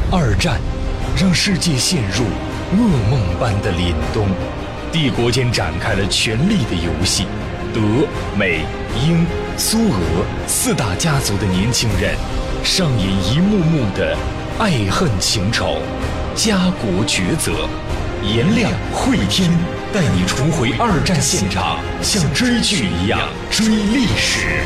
二战让世界陷入噩梦般的凛冬，帝国间展开了权力的游戏。德、美、英、苏俄四大家族的年轻人上演一幕幕的爱恨情仇、家国抉择。颜亮、慧天带你重回二战现场，像追剧一样追历史。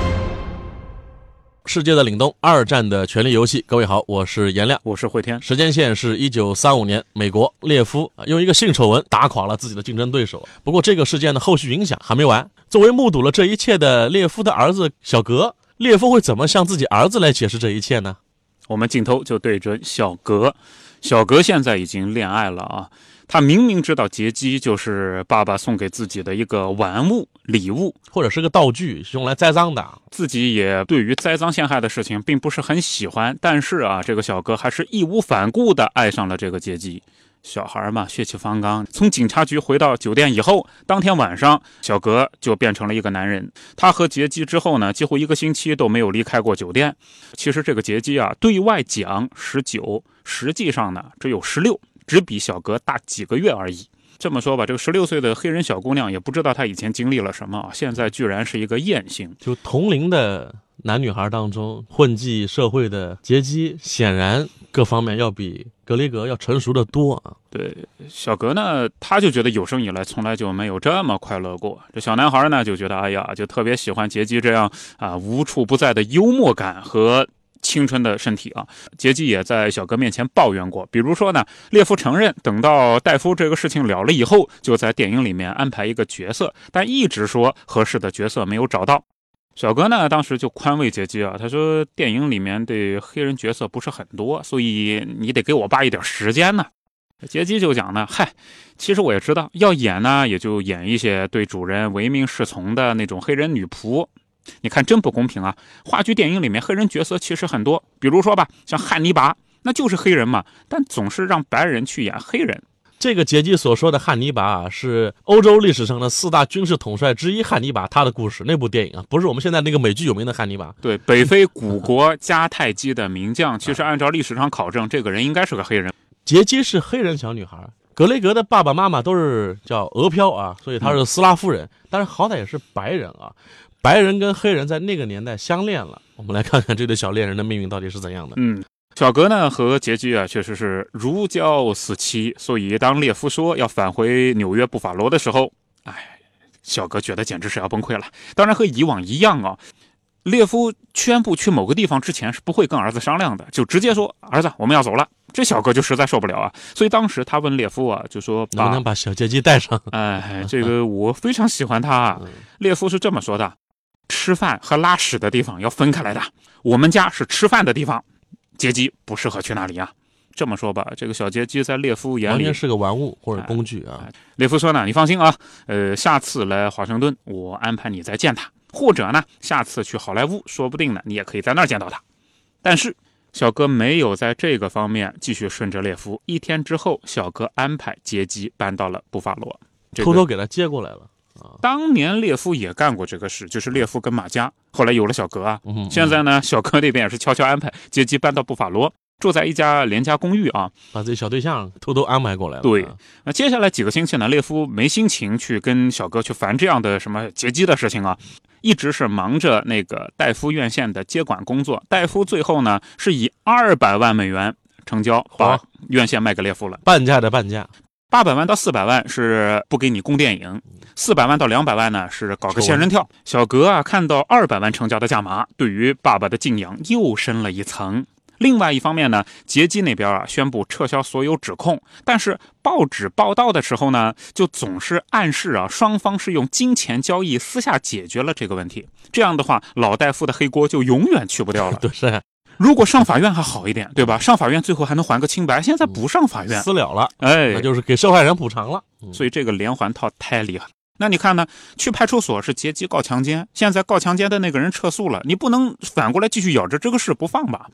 世界的凛冬，二战的权力游戏。各位好，我是颜亮， 我是慧天。 时间线是1935年，美国列夫用一个性丑闻打垮了自己的竞争对手。不过这个事件的后续影响还没完。作为目睹了这一切的列夫的儿子小格，列夫会怎么向自己儿子来解释这一切呢？ 我们镜头就对准小格。小格现在已经恋爱了啊，他明明知道劫机就是爸爸送给自己的一个玩物礼物， 或者是个道具，是用来栽赃的。 自己也对于栽赃陷害的事情并不是很喜欢，但是啊，这个小格还是义无反顾地爱上了这个劫机。小孩嘛，血气方刚。从警察局回到酒店以后，当天晚上小格就变成了一个男人。他和劫机之后呢，几乎1个星期都没有离开过酒店。其实这个劫机啊，对外讲19，实际上呢只有16，只比小格大几个月而已。这么说吧，这个16岁的黑人小姑娘也不知道她以前经历了什么，现在居然是一个艳星。 就同龄的男女孩当中，混迹社会的劫机显然各方面要比格雷格要成熟的多啊。 对，小格呢，他就觉得有生以来从来就没有这么快乐过。这小男孩呢，就觉得哎呀，就特别喜欢劫机这样无处不在的幽默感和青春的身体啊。劫机也在小格面前抱怨过，比如说呢，列夫承认等到戴夫这个事情了了以后，就在电影里面安排一个角色，但一直说合适的角色没有找到。小格呢，当时就宽慰劫机啊，他说电影里面的黑人角色不是很多，所以你得给我爸一点时间呢。劫机就讲呢，嗨，其实我也知道，要演呢也就演一些对主人唯命是从的那种黑人女仆。你看真不公平啊！话剧电影里面黑人角色其实很多，比如说吧，像汉尼拔，那就是黑人嘛，但总是让白人去演黑人。 这个劫机所说的汉尼拔啊，是欧洲历史上的4大军事统帅之一汉尼拔他的故事，那部电影啊，不是我们现在那个美剧有名的汉尼拔。 对，北非古国迦太基的名将，其实按照历史上考证，这个人应该是个黑人。 劫机是黑人小女孩，格雷格的爸爸妈妈都是叫俄漂啊，所以他是斯拉夫人，但是好歹也是白人啊。白人跟黑人在那个年代相恋了，我们来看看这对小恋人的命运到底是怎样的。 小格呢和劫机啊确实是如胶似漆，所以当列夫说要返回纽约布法罗的时候，小格觉得简直是要崩溃了。当然和以往一样啊，列夫宣布去某个地方之前是不会跟儿子商量的，就直接说儿子我们要走了。这小格就实在受不了啊，所以当时他问列夫啊，就说能不能把小劫机带上？ 这个我非常喜欢他啊。列夫是这么说的，吃饭和拉屎的地方要分开来的，我们家是吃饭的地方，劫机不适合去那里啊。这么说吧，这个小劫机在列夫眼里完全是个玩物或者工具啊。 列夫说呢，你放心啊，下次来华盛顿我安排你再见他，或者呢下次去好莱坞，说不定呢你也可以在那儿见到他。但是小哥没有在这个方面继续顺着列夫。1天之后，小哥安排劫机搬到了布法罗， 偷偷给他接过来了。 当年列夫也干过这个事，就是列夫跟马加，后来有了小格啊。现在呢，小哥那边也是悄悄安排劫机搬到布法罗，住在一家廉价公寓啊， 把自己小对象偷偷安排过来了。 对，那接下来几个星期呢，列夫没心情去跟小哥去烦这样的什么劫机的事情啊，一直是忙着那个戴夫院线的接管工作。戴夫最后呢是以200万美元成交，把院线卖给列夫了， 半价的半价。 800万到400万是不给你供电影，400万到200万呢是搞个仙人跳。小格啊看到200万成交的价码，对于爸爸的敬仰又深了一层。另外一方面呢，劫机那边啊宣布撤销所有指控，但是报纸报道的时候呢，就总是暗示啊双方是用金钱交易私下解决了这个问题。这样的话，老戴夫的黑锅就永远去不掉了。 对，是。 如果上法院还好一点，对吧？上法院最后还能还个清白，现在不上法院私了了，那就是给受害人补偿了。 所以这个连环套太厉害了。那你看呢？去派出所是劫机告强奸，现在告强奸的那个人撤诉了，你不能反过来继续咬着这个事不放吧？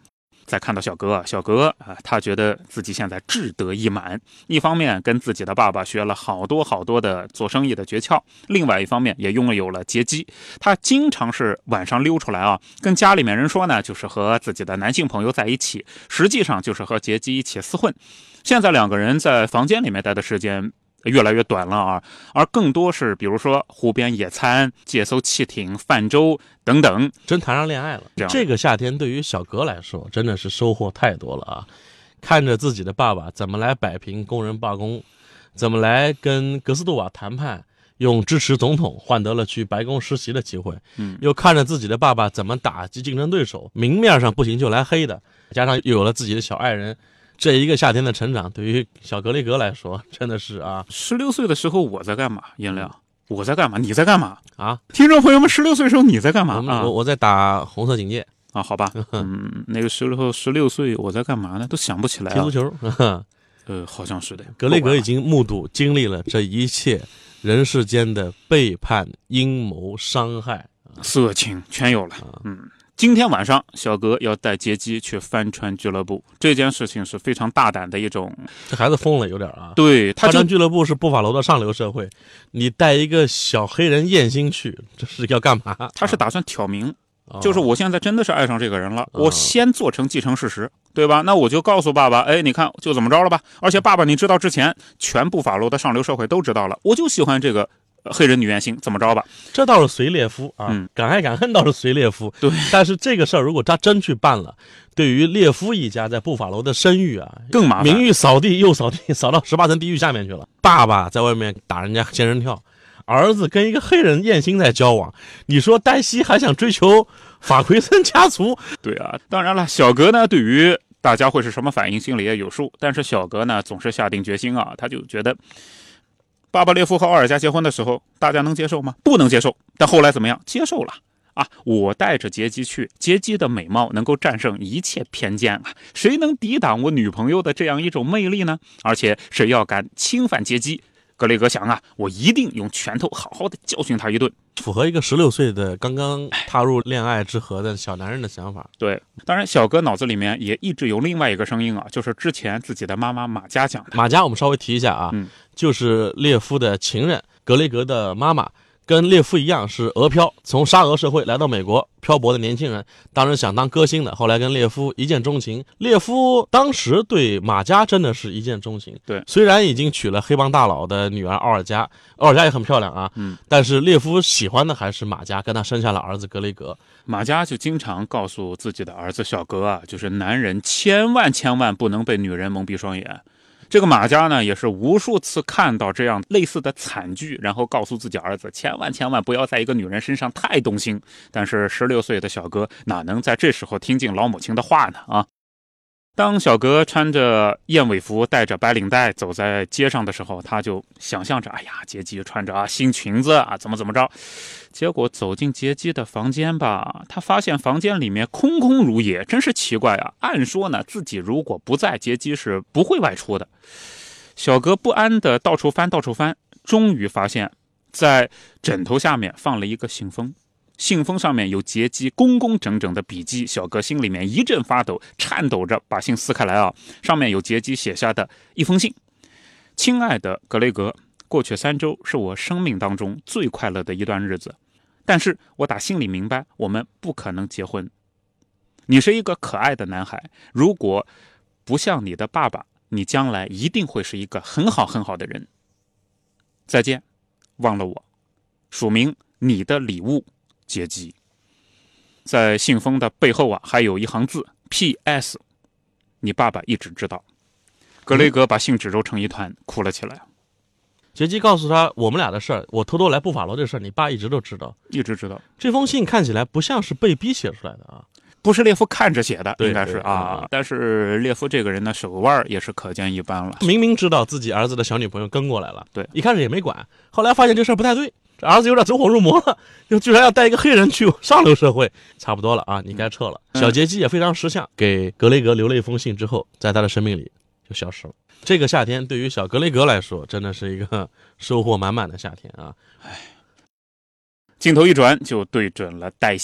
再看到小哥啊，他觉得自己现在志得意满，一方面跟自己的爸爸学了好多的做生意的诀窍，另外一方面也拥有了劫机。他经常是晚上溜出来啊，跟家里面人说呢，就是和自己的男性朋友在一起，实际上就是和劫机一起厮混。现在两个人在房间里面待的时间越来越短了啊，而更多是比如说湖边野餐、借艘汽艇、泛舟等等， 真谈上恋爱了。这个夏天对于小格来说真的是收获太多了啊！看着自己的爸爸怎么来摆平工人罢工，怎么来跟格斯杜瓦谈判，用支持总统换得了去白宫实习的机会，又看着自己的爸爸怎么打击竞争对手，明面上不行就来黑的，加上又有了自己的小爱人。这一个夏天的成长，对于小格雷格来说，真的是啊 ！16岁的时候我在干嘛？颜亮，我在干嘛？你在干嘛啊？ 听众朋友们，16岁时候你在干嘛啊？ 我在打红色警戒啊，好吧，那个时候16岁我在干嘛呢？都想不起来了。 踢足球， 好像是的。 格雷格已经目睹经历了这一切人世间的背叛、阴谋、伤害、 色情，全有了。今天晚上小格要带劫机去帆船俱乐部，这件事情是非常大胆的一种。 这孩子疯了有点啊！ 对， 帆船俱乐部是布法罗的上流社会，你带一个小黑人艳星去，这是要干嘛？ 他是打算挑明，就是我现在真的是爱上这个人了，我先做成既成事实，对吧？那我就告诉爸爸，哎，你看就怎么着了吧？而且爸爸，你知道之前全布法罗的上流社会都知道了，我就喜欢这个黑人女原型，怎么着吧？ 这倒是随列夫啊，敢爱敢恨倒是随列夫。 对， 但是这个事儿如果他真去办了，对于列夫一家在布法罗的声誉啊， 更麻烦， 名誉扫地又扫地，扫到18层地狱下面去了。爸爸在外面打人家仙人跳，儿子跟一个黑人艳星在交往，你说黛西还想追求法奎森家族？ 对啊，当然了，小格呢，对于大家会是什么反应，心里也有数。但是小格呢，总是下定决心啊，他就觉得。巴巴列夫和奥尔加结婚的时候，大家能接受吗？不能接受。但后来怎么样？接受了啊！我带着劫机去，劫机的美貌能够战胜一切偏见啊！谁能抵挡我女朋友的这样一种魅力呢？而且谁要敢侵犯劫机，格雷格想啊，我一定用拳头好好的教训他一顿。 符合一个16岁的刚刚踏入恋爱之河的小男人的想法。 对，当然小哥脑子里面也一直有另外一个声音啊，就是之前自己的妈妈马佳讲的。 马佳我们稍微提一下啊，就是列夫的情人格雷格的妈妈，跟列夫一样是俄漂，从沙俄社会来到美国漂泊的年轻人，当时想当歌星的，后来跟列夫一见钟情。列夫当时对马佳真的是一见钟情， 对， 虽然已经娶了黑帮大佬的女儿奥尔加，奥尔加也很漂亮啊，但是列夫喜欢的还是马佳，跟他生下了儿子格雷格。 马佳就经常告诉自己的儿子小格啊，就是男人千万不能被女人蒙蔽双眼。这个马佳呢，也是无数次看到这样类似的惨剧，然后告诉自己儿子千万不要在一个女人身上太动心。但是16岁的小哥哪能在这时候听进老母亲的话呢啊？当小哥穿着燕尾服带着白领带走在街上的时候，他就想象着，哎呀，杰基穿着新裙子啊，怎么着。结果走进杰基的房间吧，他发现房间里面空空如也，真是奇怪啊。按说呢，自己如果不在，杰基是不会外出的。小哥不安的到处翻，终于发现在枕头下面放了一个信封。信封上面有杰基工整的笔记，小哥心里面一阵发抖，颤抖着把信撕开来啊，上面有杰基写下的一封信：亲爱的格雷格，过去3周是我生命当中最快乐的一段日子，但是我打心里明白，我们不可能结婚。你是一个可爱的男孩，如果不像你的爸爸，你将来一定会是一个很好的人。再见，忘了我。署名你的礼物。杰基。在信封的背后啊，还有一行字 PS， 你爸爸一直知道。格雷格把信纸揉成一团，哭了起来。 杰基告诉他，我们俩的事儿，我偷偷来布法罗这事儿，你爸一直都知道， 一直知道。 这封信看起来不像是被逼写出来的啊， 不是列夫看着写的，应该是啊。 但是列夫这个人的手腕也是可见一斑了， 明明知道自己儿子的小女朋友跟过来了， 对， 一开始也没管，后来发现这事儿不太对。这儿子有点走火入魔了，又居然要带一个黑人去上流社会，差不多了啊，你该撤了。小杰基也非常识相，给格雷格留了一封信之后，在他的生命里就消失了。这个夏天对于小格雷格来说，真的是一个收获满满的夏天啊！ 镜头一转就对准了黛西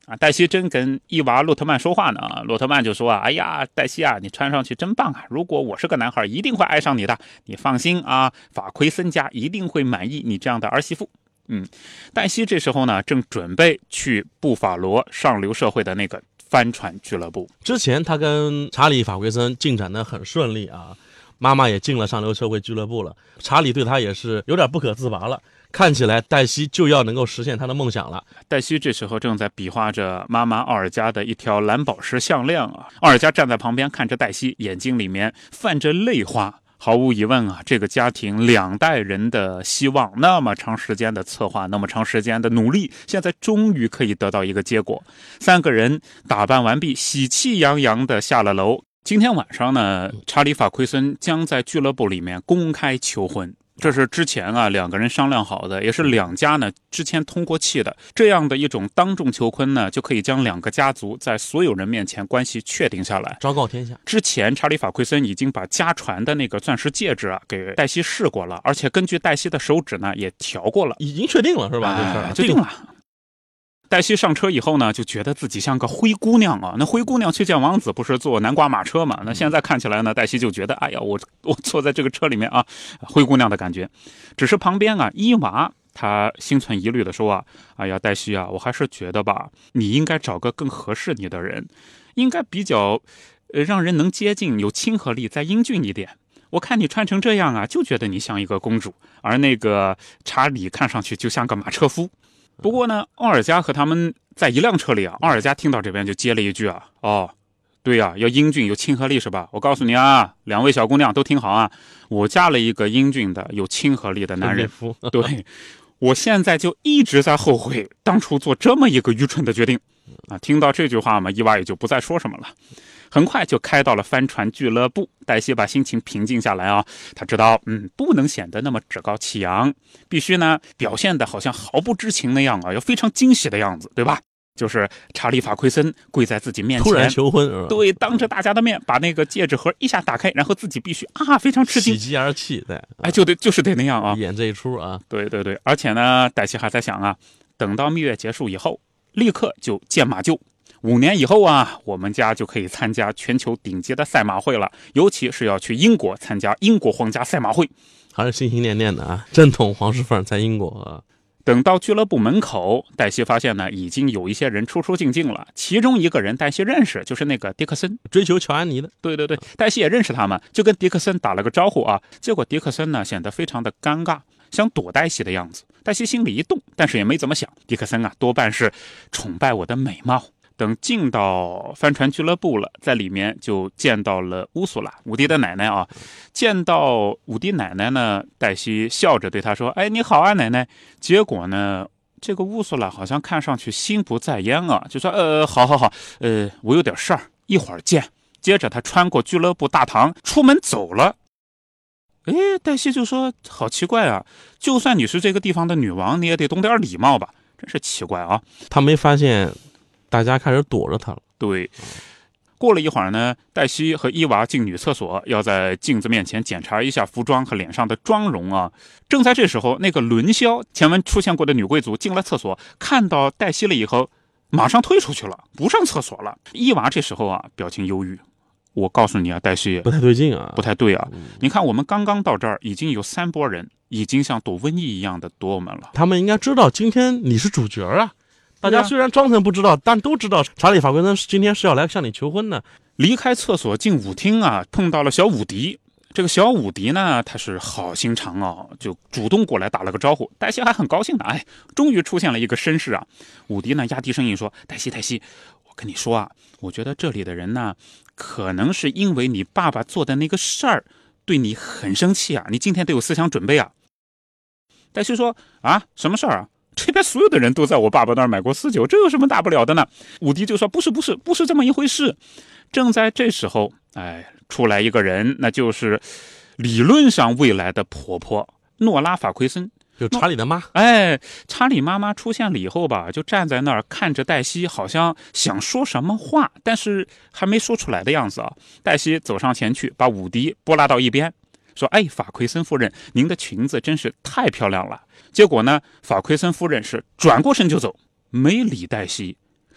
黛西正跟伊娃洛特曼说话呢，洛特曼就说哎呀，黛西啊，你穿上去真棒啊！如果我是个男孩，一定会爱上你的。你放心啊，法奎森家一定会满意你这样的儿媳妇。黛西这时候呢，正准备去布法罗上流社会的那个帆船俱乐部。 之前他跟查理·法奎森进展得很顺利啊，妈妈也进了上流社会俱乐部了，查理对他也是有点不可自拔了。看起来黛西就要能够实现她的梦想了。 黛西这时候正在比划着妈妈奥尔加的一条蓝宝石项链啊，奥尔加站在旁边看着黛西，眼睛里面泛着泪花。毫无疑问啊，这个家庭2代人的希望，那么长时间的策划，那么长时间的努力，现在终于可以得到一个结果。3个人打扮完毕，喜气洋洋地下了楼。今天晚上呢，查理·法奎森将在俱乐部里面公开求婚。这是之前啊2个人商量好的，也是2家呢之前通过气的。这样的一种当众求婚呢，就可以将2个家族在所有人面前关系确定下来， 昭告天下。 之前查理·法奎森已经把家传的那个钻石戒指啊给黛西试过了，而且根据黛西的手指呢也调过了， 已经确定了是吧？这事儿就定了。黛西上车以后呢，就觉得自己像个灰姑娘啊。那灰姑娘去见王子不是坐南瓜马车嘛？那现在看起来呢，黛西就觉得，哎呀，我坐在这个车里面啊，灰姑娘的感觉。只是旁边啊，伊娃她心存疑虑的说啊，哎呀，黛西啊，我还是觉得吧，你应该找个更合适你的人，应该比较让人能接近，有亲和力，再英俊一点。我看你穿成这样啊，就觉得你像一个公主，而那个查理看上去就像个马车夫。不过呢，奥尔加和他们在一辆车里啊，奥尔加听到这边就接了一句啊，哦，对啊，要英俊有亲和力是吧？我告诉你啊，2位小姑娘都听好啊，我嫁了一个英俊的有亲和力的男人。对，我现在就一直在后悔当初做这么一个愚蠢的决定啊！听到这句话嘛，伊娃也就不再说什么了。很快就开到了帆船俱乐部，黛西把心情平静下来啊，她知道，不能显得那么趾高气扬，必须呢表现得好像毫不知情那样啊，要非常惊喜的样子，对吧？就是查理·法奎森跪在自己面前， 突然求婚， 对，当着大家的面把那个戒指盒一下打开，然后自己必须非常吃惊， 喜极而泣，对， 就是得那样啊， 演这一出啊， 对，而且呢，黛西还在想啊，等到蜜月结束以后，立刻就见马厩。5年以后啊，我们家就可以参加全球顶级的赛马会了，尤其是要去英国参加英国皇家赛马会， 还是心心念念的啊，正统皇室范在英国啊。 等到俱乐部门口，黛西发现呢，已经有一些人出进境了。其中一个人黛西认识，就是那个迪克森， 追求乔安妮的。 对，黛西也认识他们，就跟迪克森打了个招呼啊。结果迪克森呢，显得非常的尴尬，想躲黛西的样子。黛西心里一动，但是也没怎么想，迪克森啊，多半是崇拜我的美貌。等进到帆船俱乐部了，在里面就见到了乌苏拉，伍迪的奶奶啊。见到伍迪奶奶呢，黛西笑着对她说：“哎，你好啊，奶奶。”结果呢，这个乌苏拉好像看上去心不在焉啊，就说：“好，我有点事儿，一会儿见。”接着他穿过俱乐部大堂，出门走了。黛西就说：“好奇怪啊，就算你是这个地方的女王，你也得懂点礼貌吧？真是奇怪啊。” 他没发现大家开始躲着他了。 对，过了一会儿呢，黛西和伊娃进女厕所，要在镜子面前检查一下服装和脸上的妆容啊。正在这时候，那个伦肖前文出现过的女贵族进了厕所，看到黛西了以后，马上退出去了，不上厕所了。伊娃这时候啊，表情忧郁。我告诉你啊，黛西， 不太对劲啊， 不太对啊！你看，我们刚刚到这儿，已经有3波人，已经像躲瘟疫一样的躲我们了。 他们应该知道今天你是主角啊。大家虽然装成不知道，但都知道查理·法奎森今天是要来向你求婚的。 离开厕所进舞厅啊，碰到了小伍迪。这个小伍迪呢，他是好心肠啊，就主动过来打了个招呼。黛西还很高兴的，终于出现了一个绅士啊。伍迪呢压低声音说：“黛西，我跟你说啊，我觉得这里的人呢，可能是因为你爸爸做的那个事儿，对你很生气啊，你今天得有思想准备啊。”黛西说：“啊，什么事儿啊？这边所有的人都在我爸爸那儿买过私酒，这有什么大不了的呢？”伍迪就说：“不是这么一回事。”正在这时候，出来一个人，那就是理论上未来的婆婆诺拉·法奎森， 就查理的妈。 查理妈妈出现了以后吧，就站在那儿看着黛西，好像想说什么话，但是还没说出来的样子啊。黛西走上前去，把伍迪拨拉到一边，说：“法奎森夫人，您的裙子真是太漂亮了。”结果呢，法奎森夫人是转过身就走，没理黛西。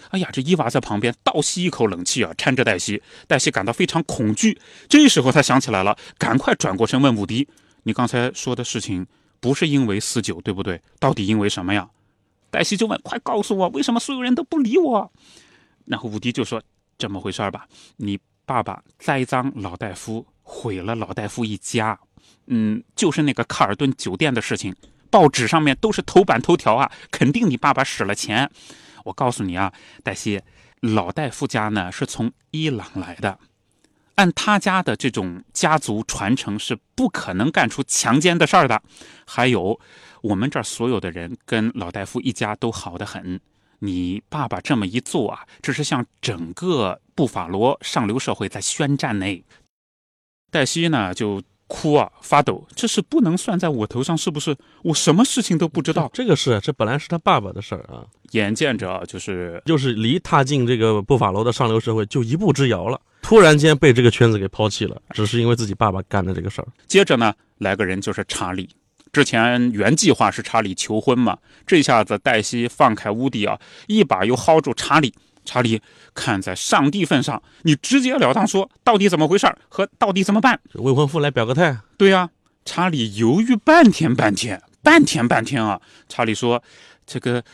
哎呀，这伊娃在旁边倒吸一口冷气啊，搀着黛西。黛西感到非常恐惧。这时候他想起来了，赶快转过身问伍迪：“你刚才说的事情不是因为4·9，对不对？到底因为什么呀？”黛西就问：“快告诉我，为什么所有人都不理我？”然后伍迪就说：“这么回事吧，你爸爸栽赃老戴夫，毁了老戴夫一家。就是那个卡尔顿酒店的事情，报纸上面都是头版头条啊，肯定你爸爸使了钱。我告诉你啊，黛西，老戴夫家呢是从伊朗来的，按他家的这种家族传承是不可能干出强奸的事儿的。还有，我们这儿所有的人跟老戴夫一家都好得很。你爸爸这么一做啊，这是向整个布法罗上流社会在宣战呢。”黛西呢就哭啊发抖，这是不能算在我头上，是不是？我什么事情都不知道。 这本来是他爸爸的事儿啊， 眼见着就是离踏进这个布法罗的上流社会就一步之遥了，突然间被这个圈子给抛弃了，只是因为自己爸爸干的这个事儿。 接着呢，来个人就是查理。之前原计划是查理求婚嘛，这下子黛西放开乌迪啊，一把又薅住查理。查理，看在上帝份上，你直截了当说到底怎么回事和到底怎么办？ 未婚夫来表个态。 对啊，查理犹豫半天啊。查理说：“这个，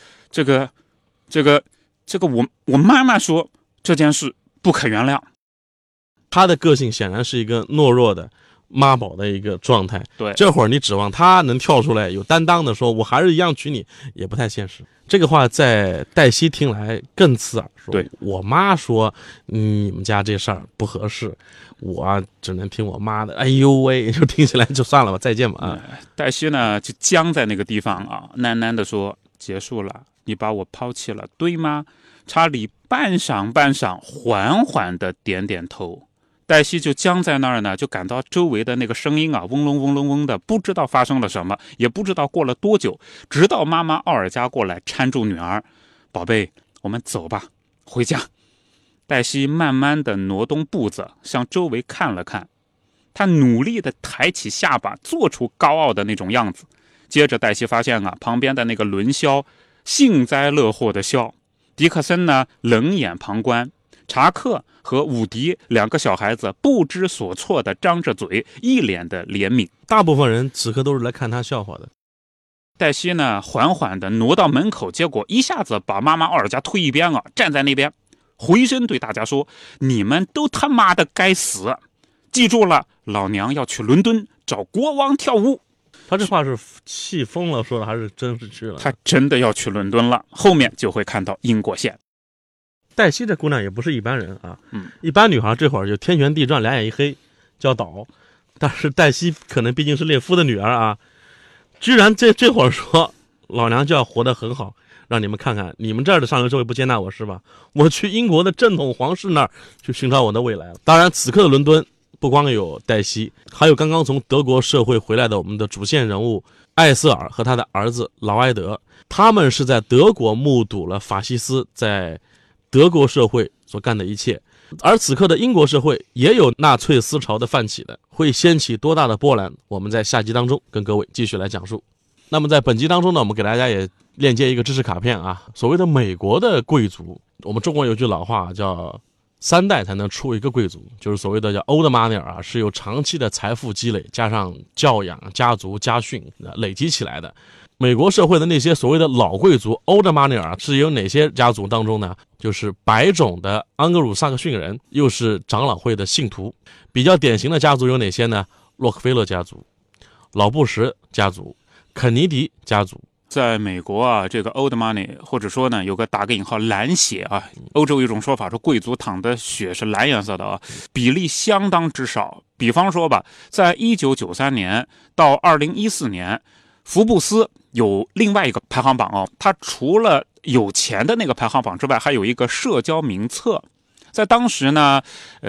我妈妈说这件事不可原谅。” 他的个性显然是一个懦弱的妈宝的一个状态。 对， 这会儿你指望他能跳出来有担当的说我还是一样娶你，也不太现实。这个话在黛西听来更刺耳，说对， 我妈说你们家这事儿不合适，我只能听我妈的。哎呦喂，就听起来就算了吧，再见吧啊。 黛西呢就僵在那个地方啊，喃喃地说：“结束了，你把我抛弃了，对吗？”查理半晌，缓缓地点点头。黛西就僵在那儿呢，就感到周围的那个声音啊，嗡隆的，不知道发生了什么，也不知道过了多久，直到妈妈奥尔加过来搀住女儿：“宝贝，我们走吧，回家。”黛西慢慢地挪动步子，向周围看了看，她努力地抬起下巴，做出高傲的那种样子。接着黛西发现啊，旁边的那个伦肖幸灾乐祸地笑，迪克森呢冷眼旁观，查克和伍迪2个小孩子不知所措地张着嘴，一脸的怜悯。 大部分人此刻都是来看他笑话的。 黛西呢缓缓地挪到门口，结果一下子把妈妈奥尔加推一边啊，站在那边回身对大家说：“你们都他妈的该死！记住了，老娘要去伦敦找国王跳舞。” 他这话是气疯了说的，还是真是去了？ 他真的要去伦敦了，后面就会看到因果线。 黛西这姑娘也不是一般人啊，一般女孩这会儿就天旋地转，两眼一黑叫倒，但是黛西可能毕竟是列夫的女儿啊，居然这会儿说老娘就要活得很好，让你们看看，你们这儿的上流社会不接纳我是吧？我去英国的正统皇室那儿去寻找我的未来了。当然，此刻的伦敦不光有黛西，还有刚刚从德国社会回来的我们的主线人物艾瑟尔和他的儿子劳埃德，他们是在德国目睹了法西斯在德国社会所干的一切，而此刻的英国社会也有纳粹思潮的泛起的，会掀起多大的波澜，我们在下集当中跟各位继续来讲述。那么在本集当中呢，我们给大家也链接一个知识卡片啊，所谓的美国的贵族，我们中国有句老话叫3代才能出一个贵族，就是所谓的叫 old money 啊，是由长期的财富积累加上教养、家族家训累积起来的。美国社会的那些所谓的老贵族 old money 啊，是由哪些家族当中呢？就是白种的安格鲁萨克逊人，又是长老会的信徒。比较典型的家族有哪些呢？洛克菲勒家族、老布什家族、肯尼迪家族。 在美国啊，这个 old money 或者说呢有个打个引号蓝血啊，欧洲有一种说法说贵族淌的血是蓝颜色的啊，比例相当之少。比方说吧，在1993年到2014年，福布斯有另外一个排行榜哦，它除了有钱的那个排行榜之外，还有一个社交名册。在当时呢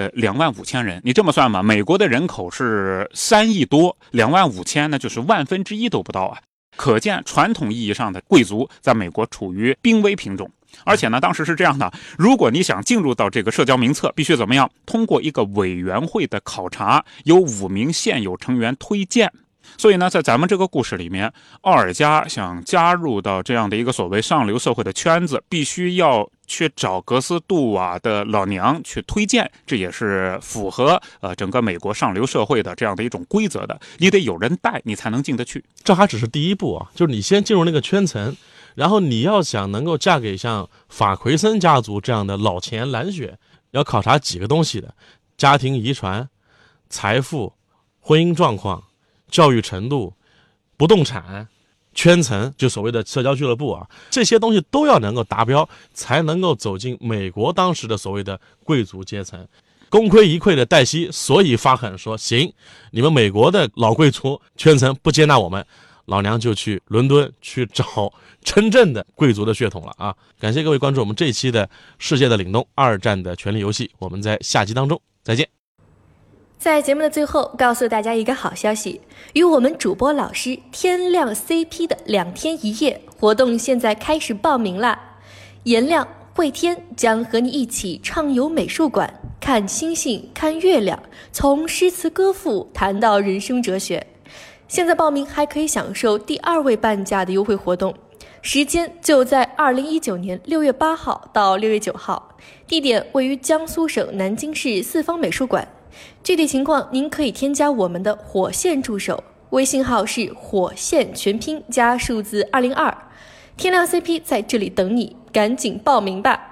，25000人，你这么算吧，美国的人口是3亿多，25000呢就是1/1000都不到啊。可见传统意义上的贵族在美国处于濒危品种。而且呢，当时是这样的，如果你想进入到这个社交名册，必须怎么样？通过一个委员会的考察，由5名现有成员推荐。 所以呢，在咱们这个故事里面，奥尔加想加入到这样的一个所谓上流社会的圈子，必须要去找格斯杜瓦的老娘去推荐，这也是符合整个美国上流社会的这样的一种规则的。你得有人带，你才能进得去。 这还只是第一步啊，就是你先进入那个圈层，然后你要想能够嫁给像法奎森家族这样的老钱蓝血，要考察几个东西的：家庭遗传、财富、婚姻状况、教育程度、不动产、圈层，就所谓的社交俱乐部啊，这些东西都要能够达标，才能够走进美国当时的所谓的贵族阶层。功亏一篑的黛西所以发狠说，行，你们美国的老贵族圈层不接纳我们，老娘就去伦敦去找真正的贵族的血统了啊！感谢各位关注我们这一期的世界的凛冬2战的权力游戏，我们在下集当中再见。 在节目的最后告诉大家一个好消息，与我们主播老师天亮 CP 的2天1夜活动现在开始报名啦！颜亮、慧天将和你一起畅游美术馆，看星星，看月亮，从诗词歌赋谈到人生哲学。现在报名还可以享受第2位半价的优惠活动，时间就在2019年6月8号到6月9号，地点位于江苏省南京市四方美术馆。具体情况您可以添加我们的火线助手，微信号是火线全拼加数字202。天亮 CP 在这里等你，赶紧报名吧。